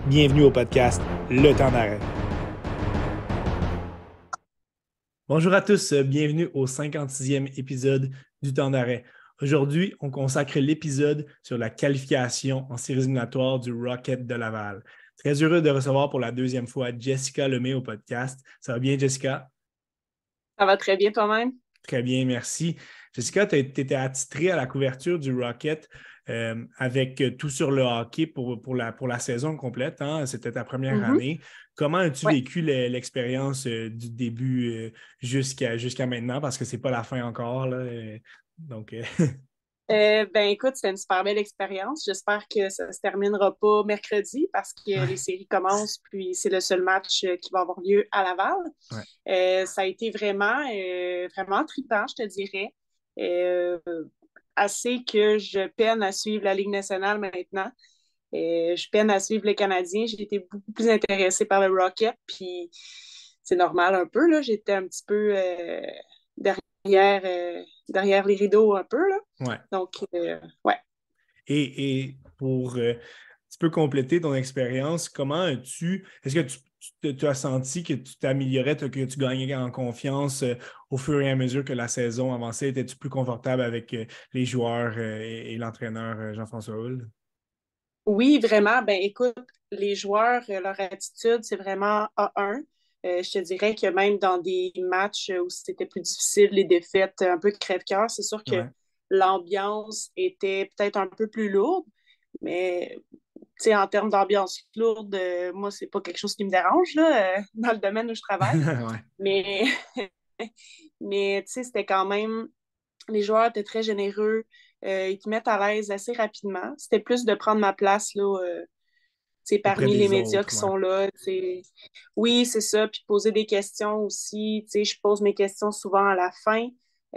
Bienvenue au podcast Le Temps d'arrêt. Bonjour à tous, bienvenue au 56e épisode du Temps d'arrêt. Aujourd'hui, on consacre l'épisode sur la qualification en séries éliminatoires du Rocket de Laval. Très heureux de recevoir pour la deuxième fois Jessica Lemay au podcast. Ça va bien, Jessica? Ça va très bien toi-même? Très bien, merci. Jessica, tu étais attitrée à la couverture du Rocket avec tout sur le hockey pour la saison complète, hein? C'était ta première Mhm. année. Comment as-tu Ouais. vécu l'expérience du début jusqu'à maintenant? Parce que c'est pas la fin encore, là. Donc, Ben écoute, c'était une super belle expérience. J'espère que ça se terminera pas mercredi parce que les ouais, séries commencent, puis c'est le seul match qui va avoir lieu à Laval. ouais. Ça a été vraiment trippant, je te dirais. Euh, Assez que je peine à suivre la Ligue nationale maintenant. Je peine à suivre les Canadiens. J'ai été beaucoup plus intéressée par le Rocket, puis c'est normal un peu, là. J'étais un petit peu derrière, derrière les rideaux un peu, là. Ouais. Donc, ouais. Et pour un petit peu compléter ton expérience, est-ce que tu as senti que tu t'améliorais, que tu gagnais en confiance au fur et à mesure que la saison avançait? Étais-tu plus confortable avec les joueurs et l'entraîneur Jean-François Houle? Oui, vraiment. Ben, écoute, les joueurs, leur attitude, c'est vraiment A1. Je te dirais que même dans des matchs où c'était plus difficile, les défaites un peu crève-cœur, c'est sûr que Ouais. l'ambiance était peut-être un peu plus lourde, mais tu sais, en termes d'ambiance lourde, moi, c'est pas quelque chose qui me dérange là, dans le domaine où je travaille. Ouais. Mais, mais tu sais, c'était quand même. Les joueurs étaient très généreux. Ils te mettent à l'aise assez rapidement. C'était plus de prendre ma place là, Auprès parmi les des médias autres, qui ouais. sont là. T'sais. Oui, c'est ça. Puis poser des questions aussi. Je pose mes questions souvent à la fin.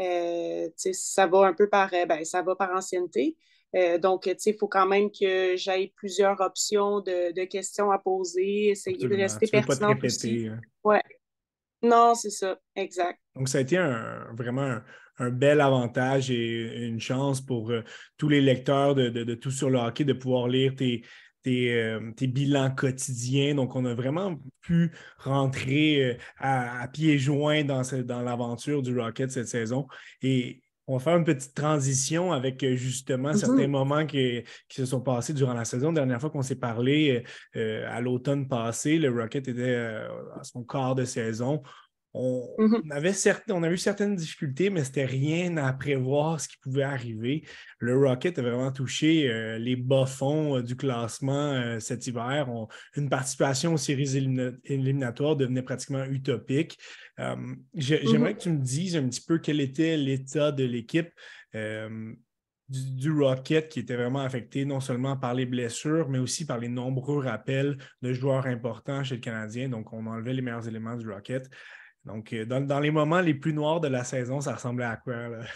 Ça va un peu ça va par ancienneté. Donc, il faut quand même que j'aille plusieurs options de questions à poser, essayer de Absolument. rester Tu ne veux pas te pertinente aussi. répéter, hein. Ouais. Non, c'est ça. Exact. Donc, ça a été vraiment un bel avantage et une chance pour tous les lecteurs de Tout sur le hockey de pouvoir lire tes bilans quotidiens. Donc, on a vraiment pu rentrer à pieds joints dans l'aventure du Rocket cette saison. Et on va faire une petite transition avec justement certains Mhm. moments qui se sont passés durant la saison. La dernière fois qu'on s'est parlé, à l'automne passé, le Rocket était à son quart de saison. On, Mhm. on a eu certaines difficultés, mais c'était rien à prévoir ce qui pouvait arriver. Le Rocket a vraiment touché les bas-fonds du classement cet hiver. Une participation aux séries éliminatoires devenait pratiquement utopique. J'aimerais Mhm. que tu me dises un petit peu quel était l'état de l'équipe euh, du Rocket qui était vraiment affecté non seulement par les blessures, mais aussi par les nombreux rappels de joueurs importants chez le Canadien. Donc, on enlevait les meilleurs éléments du Rocket. Donc, dans les moments les plus noirs de la saison, ça ressemblait à quoi, là?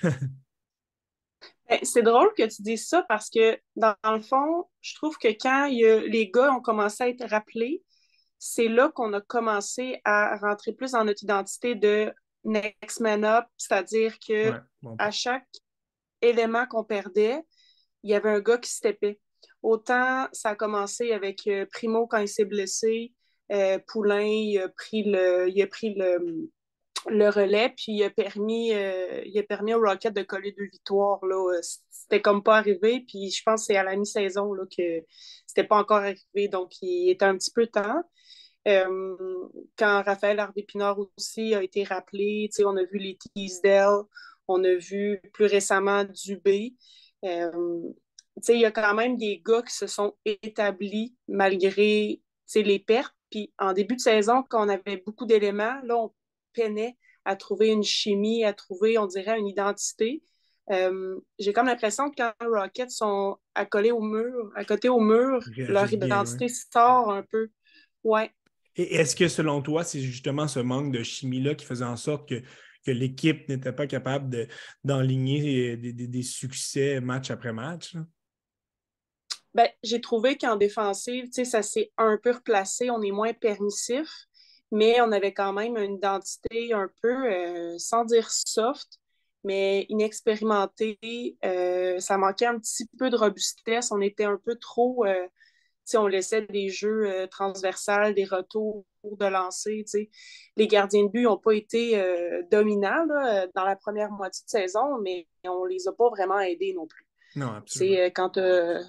Ben, c'est drôle que tu dises ça parce que, dans le fond, je trouve que quand les gars ont commencé à être rappelés, c'est là qu'on a commencé à rentrer plus dans notre identité de next man up, c'est-à-dire que Ouais, bon à point. chaque élément qu'on perdait, il y avait un gars qui steppait. Autant ça a commencé avec Primo quand il s'est blessé, Poulain il a pris le relais, puis il a permis au Rocket de coller 2 victoires. Là. C'était comme pas arrivé, puis je pense que c'est à la mi-saison là, que c'était pas encore arrivé, donc il était un petit peu temps. Euh, Quand Raphaël Harvey-Pinard aussi a été rappelé, on a vu les Teasdale, on a vu plus récemment Dubé. Euh, il y a quand même des gars qui se sont établis malgré les pertes. Puis en début de saison, quand on avait beaucoup d'éléments, là, on peinait à trouver une chimie, à trouver, on dirait, une identité. J'ai comme l'impression que quand les Rockets sont accolés au mur, à côté au mur, leur Réagissent bien, ouais. identité sort un peu. Ouais. Et est-ce que selon toi, c'est justement ce manque de chimie-là qui faisait en sorte que l'équipe n'était pas capable d'enligner des succès match après match, là? Ben, j'ai trouvé qu'en défensive, ça s'est un peu replacé. On est moins permissif, mais on avait quand même une identité un peu, sans dire soft, mais inexpérimentée. Ça manquait un petit peu de robustesse. On était un peu trop, on laissait des jeux transversales, des retours de lancer. Les gardiens de but n'ont pas été dominants là, dans la première moitié de saison, mais on ne les a pas vraiment aidés non plus. Non, absolument. Quand tu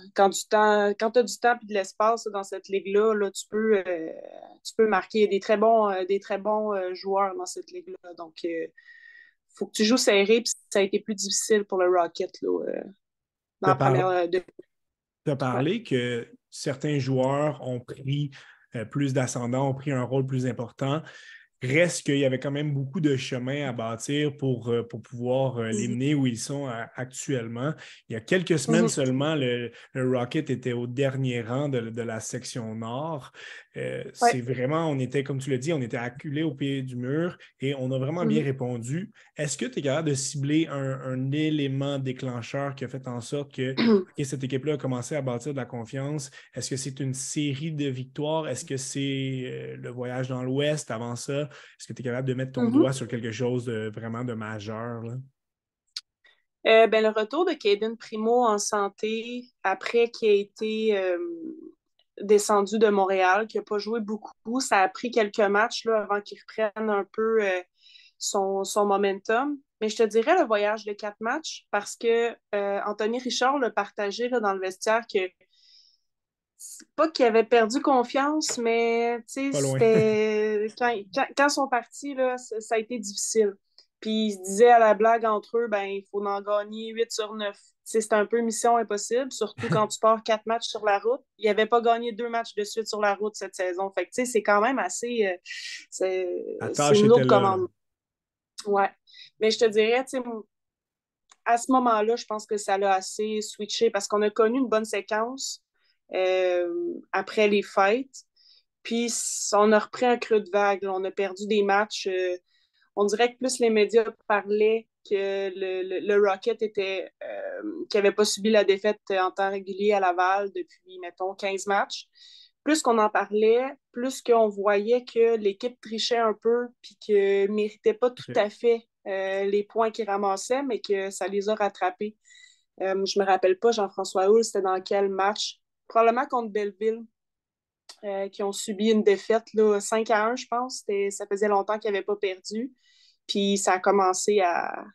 as du temps et de l'espace dans cette ligue-là, là, tu peux marquer des très bons joueurs dans cette ligue-là. Donc, il faut que tu joues serré, puis ça a été plus difficile pour le Rocket là, dans Tu la première. as Ouais. parlé que certains joueurs ont pris plus d'ascendant, ont pris un rôle plus important. Reste qu'il y avait quand même beaucoup de chemin à bâtir pour pouvoir les Mhm. mener où ils sont actuellement. Il y a quelques semaines Mhm. seulement, le Rocket était au dernier rang de la section nord. Ouais. C'est vraiment, on était, comme tu l'as dit, on était acculés au pied du mur et on a vraiment bien Mhm. répondu. Est-ce que tu es capable de cibler un élément déclencheur qui a fait en sorte que ok, cette équipe-là a commencé à bâtir de la confiance? Est-ce que c'est une série de victoires? Est-ce que c'est le voyage dans l'Ouest avant ça? Est-ce que tu es capable de mettre ton Mhm. doigt sur quelque chose de vraiment de majeur, là? Le retour de Caden Primo en santé après qu'il ait été descendu de Montréal, qui n'a pas joué beaucoup, ça a pris quelques matchs là, avant qu'il reprenne un peu son momentum. Mais je te dirais le voyage de 4 matchs parce que Anthony Richard l'a partagé là, dans le vestiaire que c'est pas qu'il avait perdu confiance, mais Pas loin. c'était quand ils sont partis, là, ça a été difficile. Puis ils se disaient à la blague entre eux, ben il faut en gagner 8 sur 9. C'est un peu mission impossible, surtout quand tu pars 4 matchs sur la route. Il n'avait pas gagné 2 matchs de suite sur la route cette saison. Fait que c'est quand même assez. La C'est tâche une était lourde là, là. commande. Ouais. Mais je te dirais, à ce moment-là, je pense que ça l'a assez switché parce qu'on a connu une bonne séquence après les fêtes. Puis on a repris un creux de vague. Là. On a perdu des matchs. On dirait que plus les médias parlaient que le Rocket qui n'avait pas subi la défaite en temps régulier à Laval depuis, mettons, 15 matchs. Plus qu'on en parlait, plus qu'on voyait que l'équipe trichait un peu puis que ne méritait pas tout OK. à fait les points qu'ils ramassaient, mais que ça les a rattrapés. Je me rappelle pas, Jean-François Houle, c'était dans quel match? Probablement contre Belleville, qui ont subi une défaite là, 5-1, je pense. Ça faisait longtemps qu'ils n'avaient pas perdu. Puis ça a commencé à.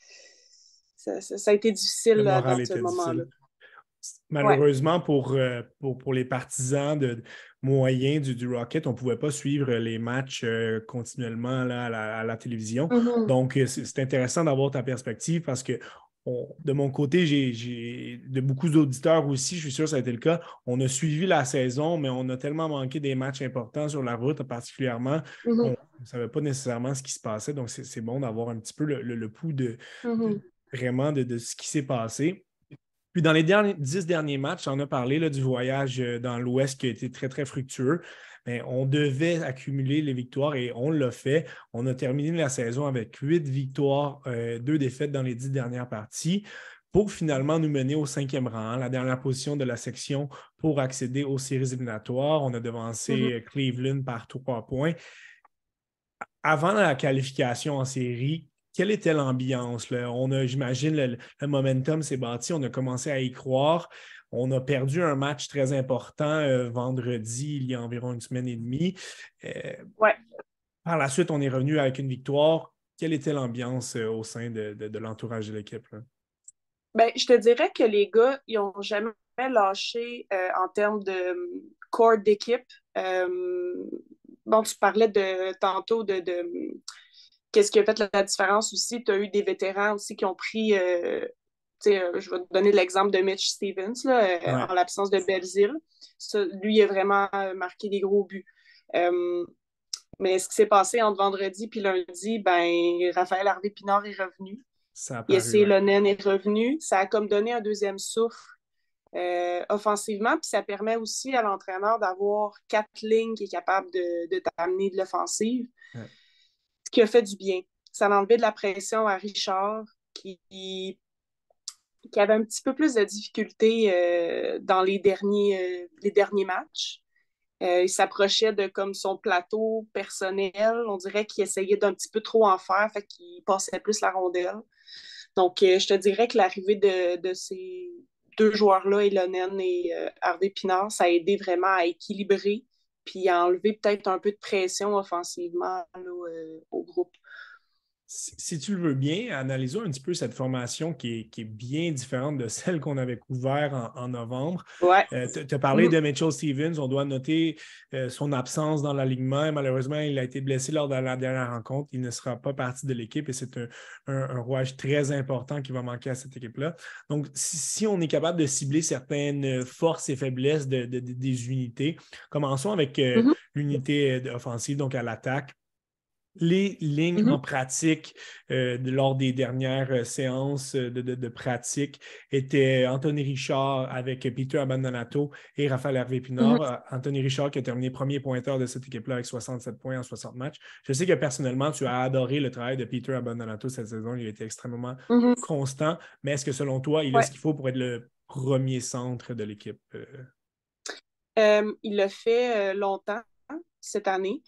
Ça a été difficile Le là, moral dans ce était moment-là. difficile. Ouais. Malheureusement, pour les partisans moyens du Rocket, on ne pouvait pas suivre les matchs continuellement là, à la télévision. Mhm. Donc, c'est intéressant d'avoir ta perspective parce que de mon côté, de beaucoup d'auditeurs aussi, je suis sûr que ça a été le cas. On a suivi la saison, mais on a tellement manqué des matchs importants sur la route, particulièrement, qu'on Mhm. ne savait pas nécessairement ce qui se passait. Donc, c'est bon d'avoir un petit peu le pouls Mhm. vraiment de ce qui s'est passé. Puis dans les 10 derniers matchs, on a parlé là, du voyage dans l'Ouest qui a été très, très fructueux. Mais on devait accumuler les victoires et on l'a fait. On a terminé la saison avec 8 victoires, 2 défaites dans les 10 dernières parties pour finalement nous mener au 5e rang, la dernière position de la section pour accéder aux séries éliminatoires. On a devancé Mhm. Cleveland par 3 points. Avant la qualification en série, quelle était l'ambiance, là? J'imagine, le momentum s'est bâti, on a commencé à y croire. On a perdu un match très important vendredi, il y a environ une semaine et demie. Euh, Ouais. Par la suite, on est revenu avec une victoire. Quelle était l'ambiance au sein de l'entourage de l'équipe, là? Je te dirais que les gars, ils n'ont jamais lâché en termes de corps d'équipe. Euh, bon, tu parlais tantôt de qu'est-ce qui a fait la différence aussi. Tu as eu des vétérans aussi qui ont pris, je vais te donner l'exemple de Mitch Stevens, là, Ouais, en l'absence de Belzile. Lui, il a vraiment marqué des gros buts. Euh, mais ce qui s'est passé entre vendredi et lundi, Raphaël Harvey-Pinard est revenu. ça a paru, Jesse ouais. Lonen est revenu. Ça a comme donné un deuxième souffle offensivement, puis ça permet aussi à l'entraîneur d'avoir 4 lignes qui est capable de t'amener de l'offensive, Ouais. ce qui a fait du bien. Ça a enlevé de la pression à Richard, qui avait un petit peu plus de difficultés dans les derniers matchs. Il s'approchait de comme son plateau personnel. On dirait qu'il essayait d'un petit peu trop en faire, fait qu'il passait plus la rondelle. Donc, je te dirais que l'arrivée deux joueurs-là, Elonen et Harvey Pinard, ça a aidé vraiment à équilibrer puis à enlever peut-être un peu de pression offensivement là, au groupe. Si tu le veux bien, analysons un petit peu cette formation qui est bien différente de celle qu'on avait couverte en novembre. Ouais. Tu as parlé de Mitchell Stevens. On doit noter son absence dans l'alignement. Malheureusement, il a été blessé lors de la dernière rencontre. Il ne sera pas partie de l'équipe et c'est un rouage très important qui va manquer à cette équipe-là. Donc, si on est capable de cibler certaines forces et faiblesses des unités, commençons avec l'unité offensive, donc à l'attaque. Les lignes en pratique lors des dernières séances de pratique étaient Anthony Richard avec Peter Abbandonato et Raphaël Harvey-Pinard. Anthony Richard qui a terminé premier pointeur de cette équipe-là avec 67 points en 60 matchs. Je sais que personnellement, tu as adoré le travail de Peter Abbandonato cette saison. Il a été extrêmement constant. Mais est-ce que selon toi, il a ce qu'il faut pour être le premier centre de l'équipe? Il l'a fait longtemps cette année.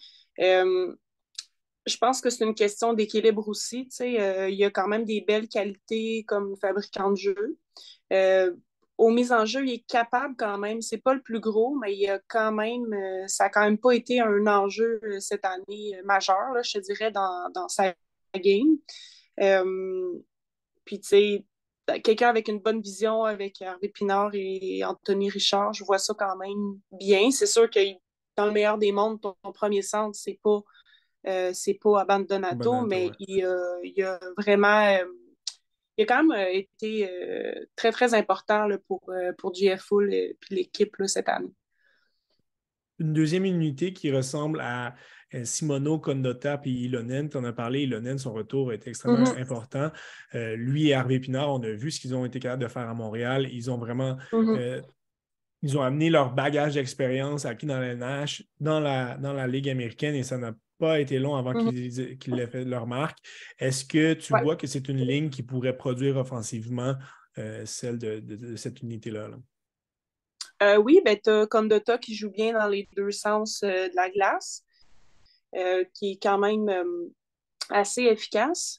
Je pense que c'est une question d'équilibre aussi. Il y a quand même des belles qualités comme fabricant de jeu. Aux mises en jeu, il est capable quand même. C'est pas le plus gros, mais il a quand même, ça a quand même pas été un enjeu cette année majeur, là, je te dirais, dans sa game. Puis, tu sais, quelqu'un avec une bonne vision, avec Hervé Pinard et Anthony Richard, je vois ça quand même bien. C'est sûr que dans le meilleur des mondes, ton premier centre, c'est pas Abbandonato, Abbandonato, mais ouais. il a vraiment il a quand même été très, très important là, pour GFO et l'équipe là, cette année. Une deuxième unité qui ressemble à Simono, Condotta et Ilonen. Tu en as parlé, Ilonen, son retour est extrêmement important. Lui et Harvey Pinard, on a vu ce qu'ils ont été capables de faire à Montréal. Ils ont vraiment ils ont amené leur bagage d'expérience acquis dans la NH, dans la Ligue américaine et ça n'a pas été long avant qu'ils aient fait leur marque. Est-ce que tu vois que c'est une ligne qui pourrait produire offensivement celle de cette unité-là? Oui, ben, tu as Condotta qui joue bien dans les deux sens de la glace, qui est quand même assez efficace.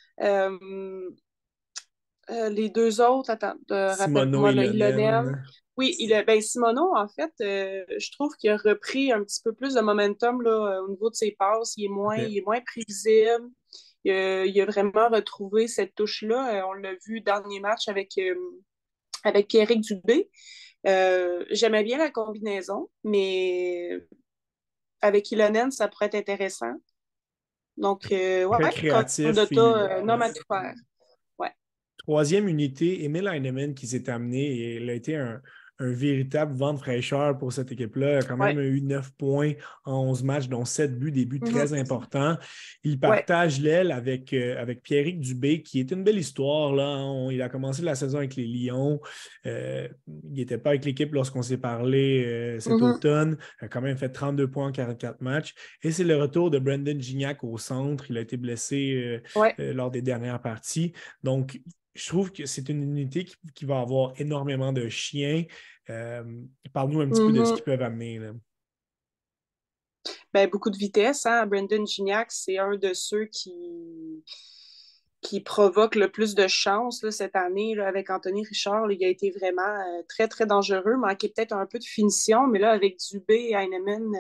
Les deux autres, attends, Simono rappelle-moi, et là, Ilonen. Ilonen. Oui, ben, Simono, en fait, je trouve qu'il a repris un petit peu plus de momentum là, au niveau de ses passes. Okay. Il est moins prévisible. Il a vraiment retrouvé cette touche-là. On l'a vu dernier match avec Pierrick Dubé. J'aimais bien la combinaison, mais avec Ilonen, ça pourrait être intéressant. Donc, Très ouais, créatif. Condotta, nomme à tout faire. Ouais. Troisième unité, Emil Heinemann qui s'est amené et il a été un véritable vent de fraîcheur pour cette équipe-là. Il a quand même Ouais. eu 9 points en 11 matchs, dont 7 buts, des buts très importants. Il Ouais. partage l'aile avec Pierrick Dubé, qui est une belle histoire. Là. Il a commencé la saison avec les Lions. Il n'était pas avec l'équipe lorsqu'on s'est parlé cet automne. Il a quand même fait 32 points en 44 matchs. Et c'est le retour de Brandon Gignac au centre. Il a été blessé lors des dernières parties. Donc, je trouve que c'est une unité qui va avoir énormément de chiens. Parle-nous un petit peu de ce qu'ils peuvent amener. Là. Ben, beaucoup de vitesse. Hein? Brandon Gignac, c'est un de ceux qui provoque le plus de chance là, cette année là, avec Anthony Richard. Là, il a été vraiment très, très dangereux. Manquait peut-être un peu de finition, mais là, avec Dubé et Heinemann,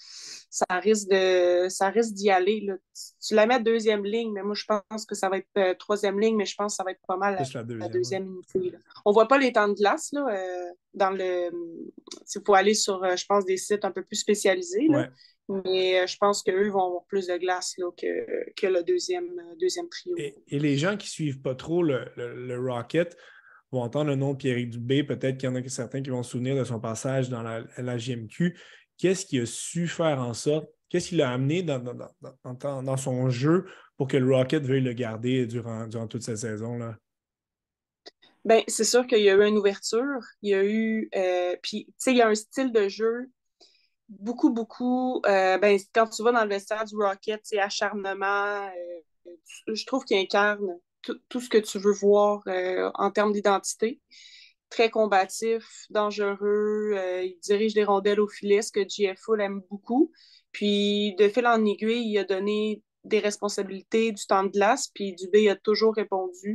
ça risque d'y aller. Là. Tu la mets deuxième ligne, mais moi, je pense que ça va être troisième ligne, mais je pense que ça va être pas mal Plus la la deuxième. deuxième unité. Là. On voit pas les temps de glace là, dans le. Il faut aller sur, je pense, des sites un peu plus spécialisés. Là. Ouais. Mais je pense qu'eux vont avoir plus de glace là, que le deuxième trio. Et les gens qui ne suivent pas trop le Rocket vont entendre le nom de Pierrick Dubé. Peut-être qu'il y en a certains qui vont se souvenir de son passage dans la JMQ. Qu'est-ce qu'il a su faire en sorte? Qu'est-ce qu'il a amené dans son jeu pour que le Rocket veuille le garder durant toute cette saison-là? Ben, c'est sûr qu'il y a eu une ouverture. Il y a eu. Puis, tu sais, il y a un style de jeu beaucoup, beaucoup. Ben, quand tu vas dans le vestiaire du Rocket, c'est acharnement. Je trouve qu'il incarne tout ce que tu veux voir en termes d'identité. Très combatif, dangereux. Il dirige des rondelles au filet, ce que GFO aime beaucoup. Puis, de fil en aiguille, il a donné des responsabilités, du temps de glace. Puis, Dubé a toujours répondu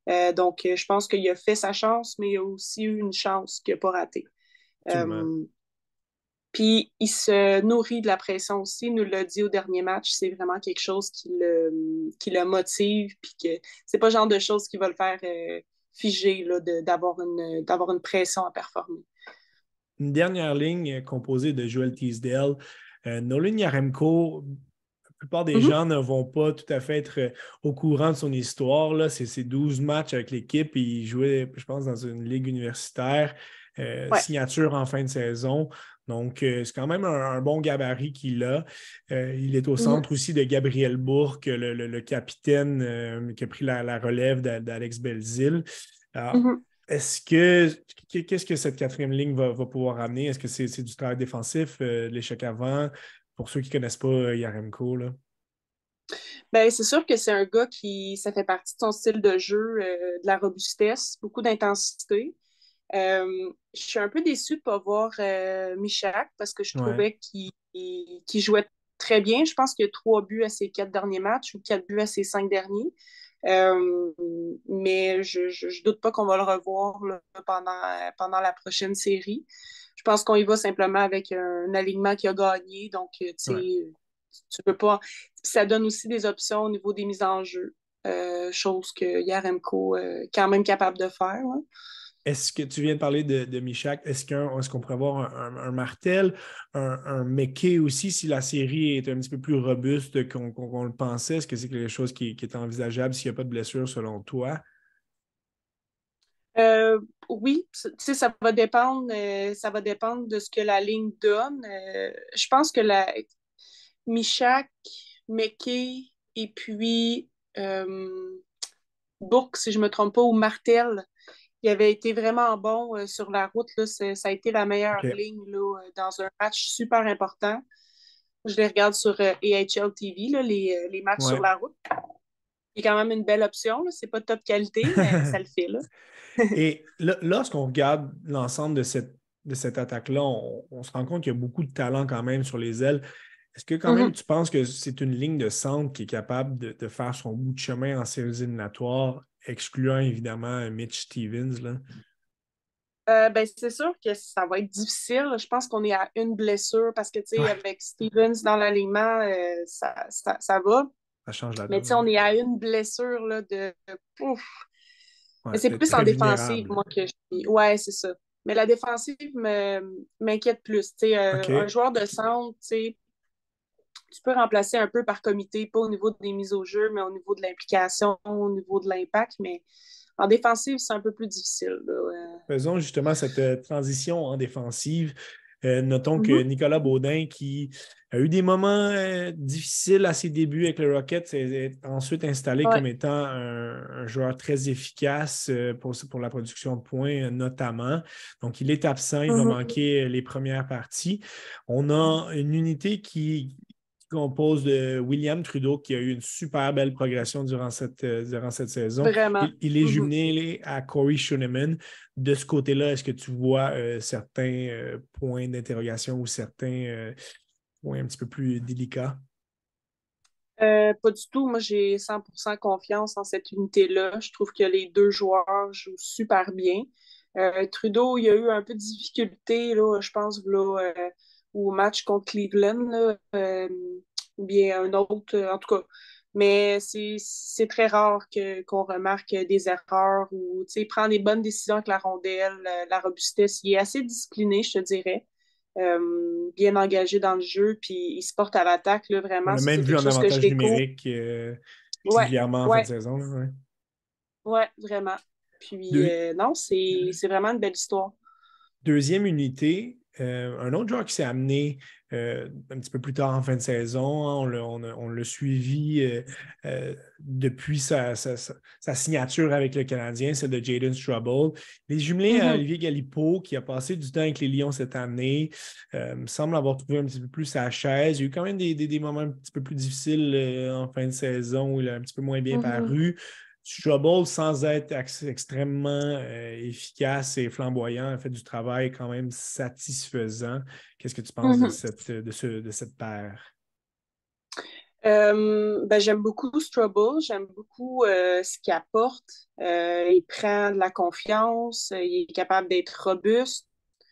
Donc, je pense qu'il a fait sa chance, mais il a aussi eu une chance qu'il n'a pas ratée. Absolument. Puis, il se nourrit de la pression aussi. Il nous l'a dit au dernier match. C'est vraiment quelque chose qui le motive. Puis que c'est pas le genre de choses qui va le faire figer là, d'avoir une pression à performer. Une dernière ligne composée de Joel Teasdale. Nolan Yaremko, la plupart des Mhm. gens ne vont pas tout à fait être au courant de son histoire. Là. C'est 12 matchs avec l'équipe. Il jouait, je pense, dans une ligue universitaire. Ouais. Signature en fin de saison. Donc, c'est quand même un bon gabarit qu'il a. Il est au Mhm. centre aussi de Gabriel Bourque, le capitaine qui a pris la relève d'Alex Belzile. Alors, Mhm. qu'est-ce que cette quatrième ligne va pouvoir amener? Est-ce que c'est du travail défensif, de l'échec avant? Pour ceux qui ne connaissent pas Yaremko, là. Ben, c'est sûr que c'est un gars ça fait partie de son style de jeu, de la robustesse, beaucoup d'intensité. Je suis un peu déçue de ne pas voir Michak parce que je Ouais. trouvais qu'il jouait très bien. Je pense qu'il y a 3 buts à ses 4 derniers matchs ou 4 buts à ses 5 derniers. Euh, mais je doute pas qu'on va le revoir là, pendant la prochaine série. Je pense qu'on y va simplement avec un alignement qui a gagné. Donc, tu Ouais. sais, tu peux pas. Ça donne aussi des options au niveau des mises en jeu, chose que Yaremko est quand même capable de faire. Là. Est-ce que tu viens de parler de Michak? Est-ce qu'on pourrait avoir un Martel, un Mekay aussi, si la série est un petit peu plus robuste qu'on le pensait? Est-ce que c'est quelque chose qui est envisageable s'il n'y a pas de blessure selon toi? Euh, oui, tu sais, ça va dépendre de ce que la ligne donne. Je pense que Michak, McKay et puis euh, Bourque, si je ne me trompe pas, ou Martel, il avait été vraiment bon sur la route. Là. Ça a été la meilleure OK. ligne là, dans un match super important. Je les regarde sur AHL TV, là, les matchs sur Ouais. la route. C'est quand même une belle option. C'est pas de top qualité, mais ça le fait. Là. Et là, lorsqu'on regarde l'ensemble de cette attaque-là, on se rend compte qu'il y a beaucoup de talent quand même sur les ailes. Est-ce que quand même Mhm. tu penses que c'est une ligne de centre qui est capable de faire son bout de chemin en séries éliminatoires, excluant évidemment Mitch Stevens, là? Ben, c'est sûr que ça va être difficile. Je pense qu'on est à une blessure parce que, tu sais, Ouais, avec Stevens dans l'alignement, ça va. ça change la Mais, tu donne, sais, hein. on est à une blessure là, de. Ouf. Mais Ouais, c'est d'être plus en très défensive, vulnérable. moi, que je suis. Ouais, c'est ça. Mais la défensive m'inquiète plus. Tu sais, un OK. joueur de centre, tu sais, tu peux remplacer un peu par comité, pas au niveau des mises au jeu, mais au niveau de l'implication, au niveau de l'impact. Mais en défensive, c'est un peu plus difficile. Là. Faisons justement cette transition en défensive. Notons que Mhm. Nicolas Baudin, qui a eu des moments difficiles à ses débuts avec le Rocket, s'est ensuite installé Ouais. comme étant un joueur très efficace pour la production de points, notamment. Donc, il est absent, il va Mhm. manquer les premières parties. On a une unité qui compose de William Trudeau, qui a eu une super belle progression durant cette saison. Vraiment. Il est Mhm. jumelé à Corey Schoenemann. De ce côté-là, est-ce que tu vois certains points d'interrogation ou certains points un petit peu plus délicats? Pas du tout. Moi, j'ai 100% confiance en cette unité-là. Je trouve que les deux joueurs jouent super bien. Trudeau, il a eu un peu de difficulté, là, je pense, là, au match contre Cleveland, là, ou bien un autre, en tout cas. Mais c'est très rare qu'on remarque des erreurs ou il prend des bonnes décisions avec la rondelle, la robustesse. Il est assez discipliné, je te dirais. Bien engagé dans le jeu, puis il se porte à l'attaque, là, On vraiment. l'a Ça, même c'est vu quelque en chose que je avantage découvre. numérique Ouais, régulièrement en fin de ouais, saison, là, ouais. ouais, vraiment. Puis, Deux- non, c'est vraiment une belle histoire. Deuxième unité, un autre joueur qui s'est amené un petit peu plus tard en fin de saison, hein, on l'a suivi depuis sa signature avec le Canadien, celle de Jayden Struble. Il est jumelé à Mhm, Olivier Galipeau, qui a passé du temps avec les Lions cette année, semble avoir trouvé un petit peu plus sa chaise. Il y a eu quand même des moments un petit peu plus difficiles en fin de saison où il a un petit peu moins bien mhm, paru. Trouble, sans être extrêmement efficace et flamboyant, a fait du travail quand même satisfaisant. Qu'est-ce que tu penses de mhm. cette paire? Ben, j'aime beaucoup Strubble, j'aime beaucoup ce qu'il apporte. Il prend de la confiance, il est capable d'être robuste.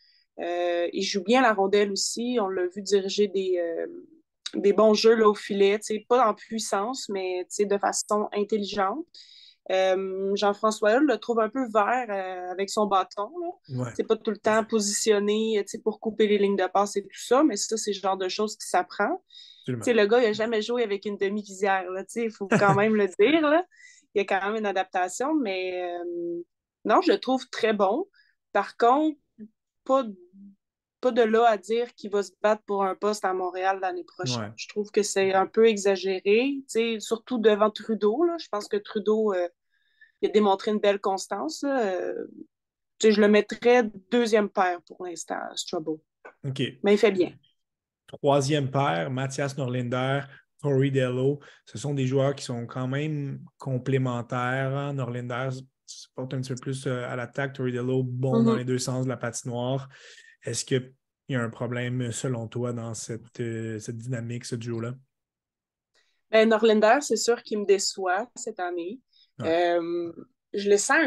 Il joue bien la rondelle aussi. On l'a vu diriger des bons jeux là, au filet, pas en puissance, mais de façon intelligente. Jean-François Hull le trouve un peu vert avec son bâton. Là. Ouais, C'est pas tout le temps positionné pour couper les lignes de passe et tout ça, mais ça, c'est le genre de choses qui s'apprend. absolument. Le gars, il n'a jamais joué avec une demi-visière. Il faut quand même le dire. Là. Il y a quand même une adaptation, mais non, je le trouve très bon. Par contre, pas, pas de là à dire qu'il va se battre pour un poste à Montréal l'année prochaine. Ouais. Je trouve que c'est un peu exagéré, surtout devant Trudeau. Là. Je pense que Trudeau il a démontré une belle constance. Là. Je le mettrais deuxième paire pour l'instant, Strabo. OK. Mais il fait bien. Troisième paire, Mathias Norlinder, Corey Dello. Ce sont des joueurs qui sont quand même complémentaires, hein. Norlinder se porte un petit peu plus à l'attaque. Corey Dello, bon dans Mm-hmm. les deux sens de la patinoire. Est-ce qu'il y a un problème, selon toi, dans cette dynamique, ce duo-là? Ben, Norlinder, c'est sûr qu'il me déçoit cette année. Ouais. Euh, je le sens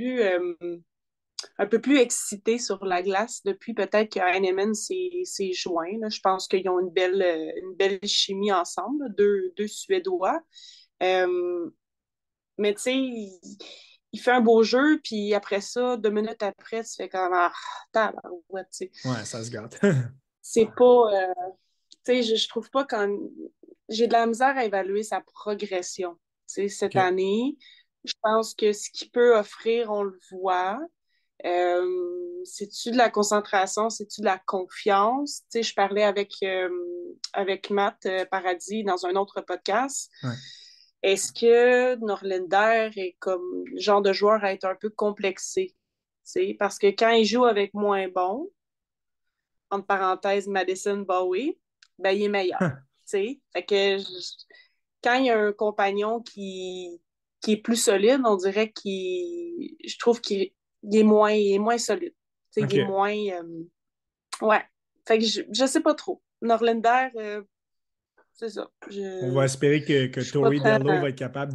un peu plus excité sur la glace depuis peut-être que Heinemann s'est joint. Là. Je pense qu'ils ont une belle chimie ensemble, là, deux Suédois. Euh, mais tu sais, il fait un beau jeu, puis après ça, 2 minutes après, tu fais comme ah, tabarouette, tu sais. Ouais, ça se gâte. C'est pas. Tu sais, je trouve pas quand. J'ai de la misère à évaluer sa progression. Tu sais, cette OK. année, je pense que ce qu'il peut offrir, on le voit. C'est-tu de la concentration, c'est-tu de la confiance? Tu sais, je parlais avec Matt Paradis dans un autre podcast. Ouais. Est-ce que Norlinder est comme le genre de joueur à être un peu complexé? Tu sais, parce que quand il joue avec moins bon, entre parenthèses, Madison Bowie, ben, il est meilleur. Tu sais, fait que quand il y a un compagnon qui est plus solide, on dirait je trouve il est moins solide. Tu sais, il est OK. moins. Ouais. Fait que je sais pas trop. Norlander, c'est ça. On va espérer que Je suis pas Tori très. Dello va être capable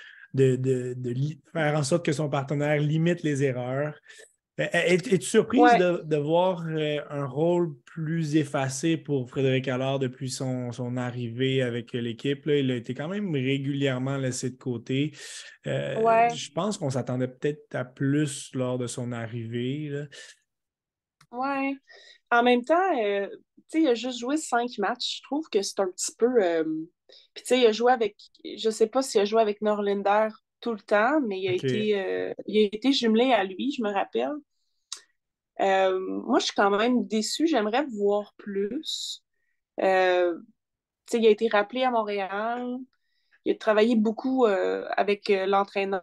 de faire en sorte que son partenaire limite les erreurs. Es-tu surprise Ouais. de voir un rôle plus effacé pour Frédéric Allard depuis son arrivée avec l'équipe, là? Il a été quand même régulièrement laissé de côté. Ouais. Je pense qu'on s'attendait peut-être à plus lors de son arrivée, là. Ouais. En même temps, tu sais, il a juste joué 5 matchs. Je trouve que c'est un petit peu. Puis, tu sais, il a joué avec. Je sais pas s'il a joué avec Norlinder tout le temps, mais OK. il a été jumelé à lui, je me rappelle. Moi, je suis quand même déçue. J'aimerais voir plus. Tu sais, il a été rappelé à Montréal. Il a travaillé beaucoup avec l'entraîneur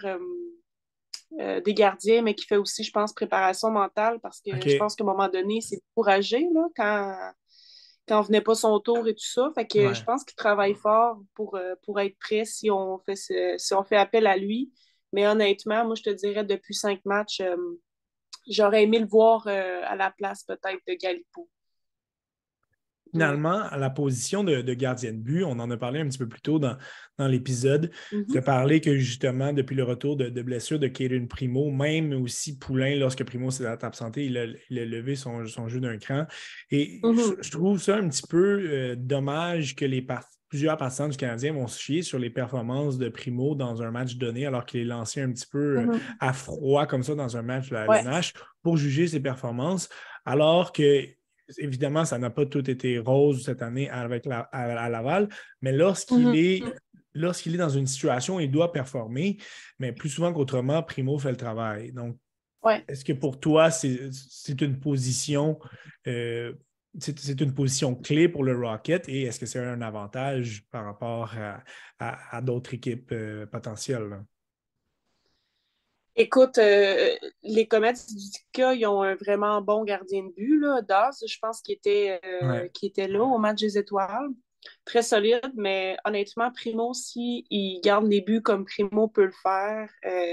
des gardiens, mais qui fait aussi, je pense, préparation mentale parce que je OK. pense qu'à un moment donné, il s'est découragé là, quand venait pas son tour et tout ça. Fait que je Ouais. pense qu'il travaille fort pour être prêt si on fait appel à lui. Mais honnêtement, moi, je te dirais, depuis 5 matchs, j'aurais aimé le voir à la place peut-être de Galipo. Ouais. Finalement, à la position de gardien de but, on en a parlé un petit peu plus tôt dans l'épisode. Tu Mhm. as parlé que justement, depuis le retour de blessure de Caden Primo, même aussi Poulain, lorsque Primo s'est absenté, il a levé son jeu d'un cran. Et Mhm. je trouve ça un petit peu dommage que plusieurs partisans du Canadien vont se chier sur les performances de Primo dans un match donné, alors qu'il est lancé un petit peu Mhm. à froid comme ça dans un match de la Ouais. LNH pour juger ses performances, alors que évidemment, ça n'a pas tout été rose cette année à Laval, mais Mhm. lorsqu'il est dans une situation où il doit performer, mais plus souvent qu'autrement, Primo fait le travail. Donc, Ouais. est-ce que pour toi, c'est une position c'est une position clé pour le Rocket et est-ce que c'est un avantage par rapport à d'autres équipes potentielles, là? Écoute, les Comets d'Utica, ils ont un vraiment bon gardien de but, là. Daz, je pense Ouais, qu'il était là au match des étoiles. Très solide, mais honnêtement, Primo, si il garde les buts comme Primo peut le faire,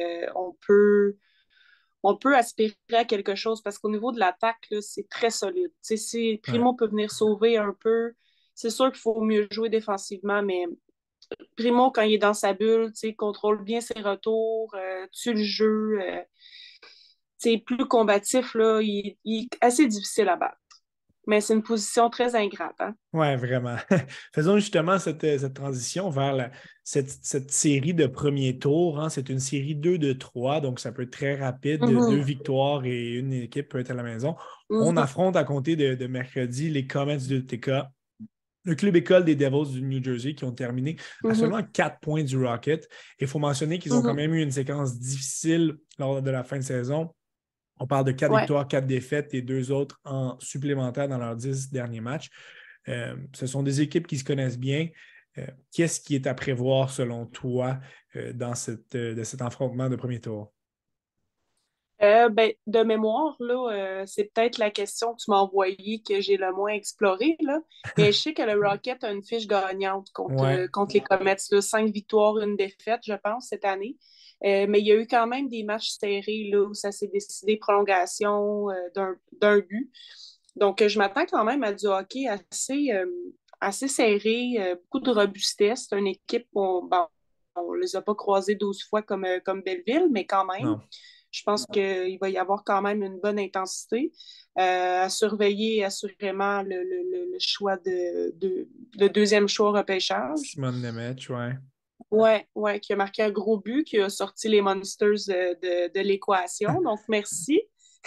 on peut aspirer à quelque chose parce qu'au niveau de l'attaque, là, c'est très solide. Tu sais, si ouais, Primo peut venir sauver un peu, c'est sûr qu'il faut mieux jouer défensivement, mais Primo, quand il est dans sa bulle, contrôle bien ses retours, tue le jeu, plus combatif, là, il est assez difficile à battre. Mais c'est une position très ingrate. Hein? Oui, vraiment. Faisons justement cette transition vers cette série de premier tour. Hein. C'est une série 2 de 3, donc ça peut être très rapide. Deux Mhm. victoires et une équipe peut être à la maison. On Mhm. affronte à compter de mercredi les Comets de TK, le club école des Devils du New Jersey qui ont terminé à Mhm. seulement 4 points du Rocket. Il faut mentionner qu'ils ont quand Mhm. même eu une séquence difficile lors de la fin de saison. On parle de 4 Ouais. victoires, 4 défaites et 2 autres en supplémentaire dans leurs 10 derniers matchs. Ce sont des équipes qui se connaissent bien. Qu'est-ce qui est à prévoir selon toi dans de cet affrontement de premier tour? Ben, de mémoire, là, c'est peut-être la question que tu m'as envoyée que j'ai le moins explorée, là. Mais je sais que le Rocket a une fiche gagnante Ouais, contre les Comets, là. 5 victoires, une défaite, je pense, cette année. Mais il y a eu quand même des matchs serrés là, où ça s'est décidé prolongation d'un but. Donc, je m'attends quand même à du hockey assez serré, beaucoup de robustesse. C'est une équipe, on les a pas croisés 12 fois comme Belleville, mais quand même. non. Je pense qu'il va y avoir quand même une bonne intensité. À surveiller assurément le choix le deuxième choix au repêchage. Simone Nemec, ouais. Ouais, ouais, qui a marqué un gros but, qui a sorti les Monsters de l'équation. Donc, merci.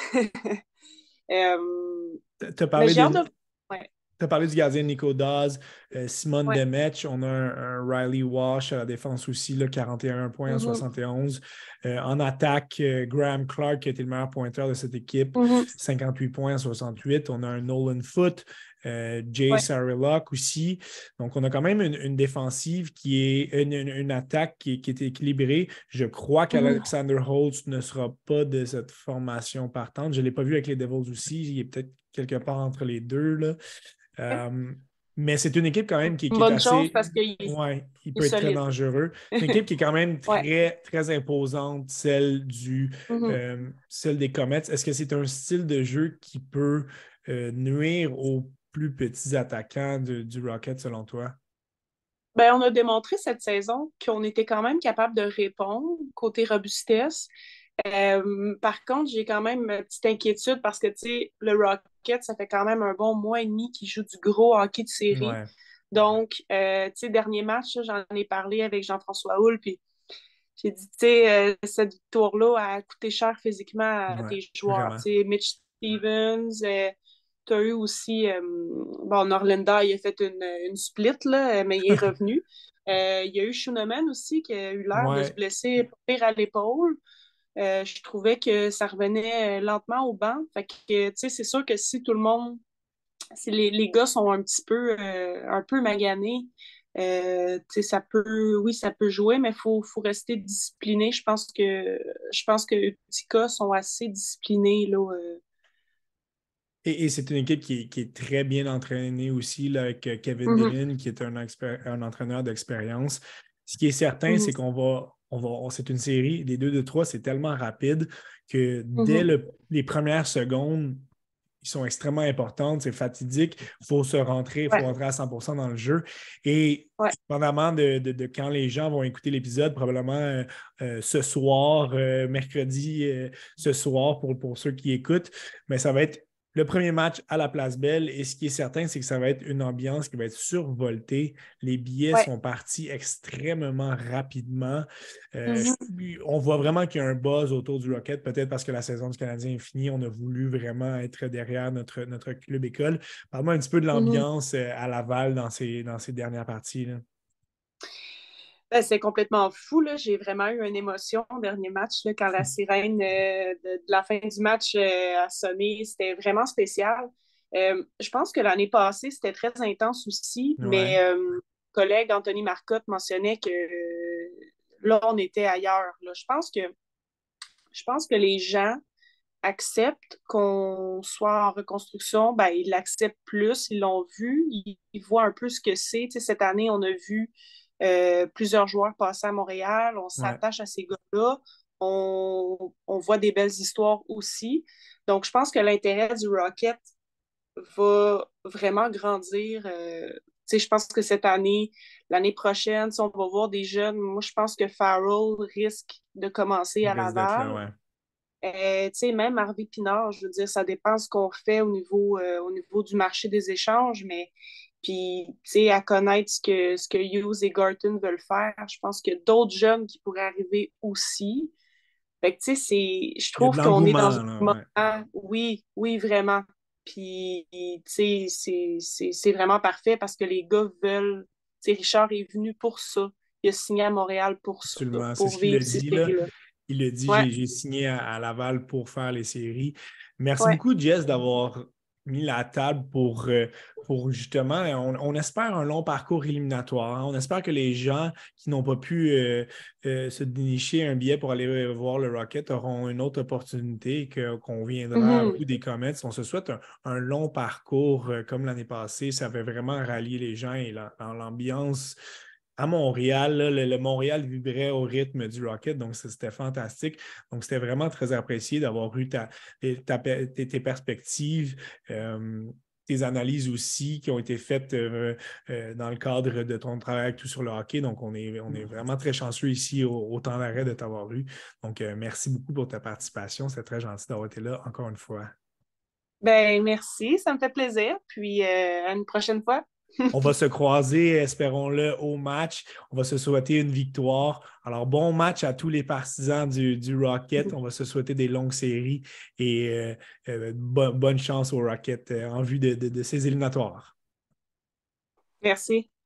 Euh, Tu as mais parlé j'ai hâte de, de. Ouais, Tu as parlé du gardien Nico Dawes, Simone ouais. Demech, on a un Riley Walsh à la défense aussi, là, 41 points en Mhm, 71. En attaque, Graham Clark qui a été le meilleur pointeur de cette équipe, mhm, 58 points en 68. On a un Nolan Foote, Jay ouais. Sarillock aussi. Donc, on a quand même une défensive qui est une attaque qui est équilibrée. Je crois Mhm. qu'Alexander Holtz ne sera pas de cette formation partante. Je ne l'ai pas vu avec les Devils aussi. Il est peut-être quelque part entre les deux, là. Euh, mais c'est une équipe quand même Une qui est bonne chose assez. parce qu'il est, Ouais, il il est peut être très solide. dangereux. C'est une équipe qui est quand même Ouais. très, très imposante, Mhm. celle des Comets. Est-ce que c'est un style de jeu qui peut nuire aux plus petits attaquants du Rocket, selon toi? Ben, on a démontré cette saison qu'on était quand même capable de répondre côté robustesse. Par contre, j'ai quand même une petite inquiétude parce que, tu sais, le Rocket, ça fait quand même un bon mois et demi qu'il joue du gros hockey de série. Ouais, Donc, tu sais, dernier match, là, j'en ai parlé avec Jean-François Houle, puis j'ai dit, tu sais, cette victoire-là a coûté cher physiquement à ouais, tes joueurs. vraiment. Tu sais, Mitch Stevens, tu as eu aussi, bon, Norlinda, il a fait une split, là, mais il est revenu. Il y a eu Schooneman aussi qui a eu l'air de se Ouais. blesser pas pire à l'épaule. Je trouvais que ça revenait lentement au banc. Fait que, tu sais, c'est sûr que si les gars sont un peu maganés, tu sais, oui, ça peut jouer, mais faut rester discipliné. Je pense que les petits gars sont assez disciplinés, là. Et c'est une équipe qui est très bien entraînée aussi là, avec Kevin Mhm, Devine, qui est un entraîneur d'expérience. Ce qui est certain, mhm, c'est c'est une série, les 2 de 3, c'est tellement rapide que dès mhm. les premières secondes, ils sont extrêmement importantes, c'est fatidique, il faut Ouais, rentrer à 100% dans le jeu. Et ouais, dépendamment de quand les gens vont écouter l'épisode, probablement ce soir, mercredi, ce soir pour ceux qui écoutent, mais ça va être le premier match à la Place Belle. Et ce qui est certain, c'est que ça va être une ambiance qui va être survoltée. Les billets ouais. sont partis extrêmement rapidement. Mhm. On voit vraiment qu'il y a un buzz autour du Rocket, peut-être parce que la saison du Canadien est finie. On a voulu vraiment être derrière notre club école. Parle-moi un petit peu de Mhm. l'ambiance à Laval dans ces dernières parties, là. Ben, c'est complètement fou, là. J'ai vraiment eu une émotion au dernier match, là, quand la sirène de la fin du match a sonné. C'était vraiment spécial. Je pense que l'année passée, c'était très intense aussi, Ouais, mais collègue Anthony Marcotte mentionnait que là, on était ailleurs. Là. Je pense que les gens acceptent qu'on soit en reconstruction, ben, ils l'acceptent plus, ils l'ont vu, ils voient un peu ce que c'est. Tu sais, cette année, on a vu plusieurs joueurs passer à Montréal, on ouais. s'attache à ces gars-là, on voit des belles histoires aussi. Donc, je pense que l'intérêt du Rocket va vraiment grandir sais, je pense que cette année, l'année prochaine, si on va voir des jeunes, moi, je pense que Farrell risque de commencer Il à risque d'être là, Laval. ouais. Tu sais, même Harvey Pinard, je veux dire, ça dépend ce qu'on fait au niveau du marché des échanges, mais puis, tu sais, à connaître ce que Hughes et Garton veulent faire, je pense qu'il y a d'autres jeunes qui pourraient arriver aussi. Fait que, tu sais, je Il y a de trouve qu'on est dans un l'engouement, là, ouais. moment, oui, oui, vraiment. Puis, tu sais, c'est vraiment parfait parce que les gars veulent, tu sais, Richard est venu pour ça. Il a signé à Montréal pour ça, Absolument. C'est pour ce qu'il a vivre ces dit, là. séries-là. Il a dit, Ouais, j'ai signé à Laval pour faire les séries. Merci ouais. beaucoup, Jess, d'avoir mis la table pour justement, on espère un long parcours éliminatoire, hein. On espère que les gens qui n'ont pas pu se dénicher un billet pour aller voir le Rocket auront une autre opportunité, qu'on viendra à Mhm. bout des Comets. On se souhaite un long parcours comme l'année passée. Ça avait vraiment rallié les gens et l'ambiance à Montréal, là, le Montréal vibrait au rythme du Rocket, donc c'était fantastique. Donc, c'était vraiment très apprécié d'avoir eu tes perspectives, tes analyses aussi qui ont été faites dans le cadre de ton travail avec tout sur le hockey. Donc, on est vraiment très chanceux ici au temps d'arrêt de t'avoir eu. Donc, merci beaucoup pour ta participation. C'est très gentil d'avoir été là encore une fois. Ben, merci, ça me fait plaisir. Puis, à une prochaine fois. On va se croiser, espérons-le, au match. On va se souhaiter une victoire. Alors, bon match à tous les partisans du Rocket. On va se souhaiter des longues séries et bonne chance au Rocket en vue de ces éliminatoires. Merci.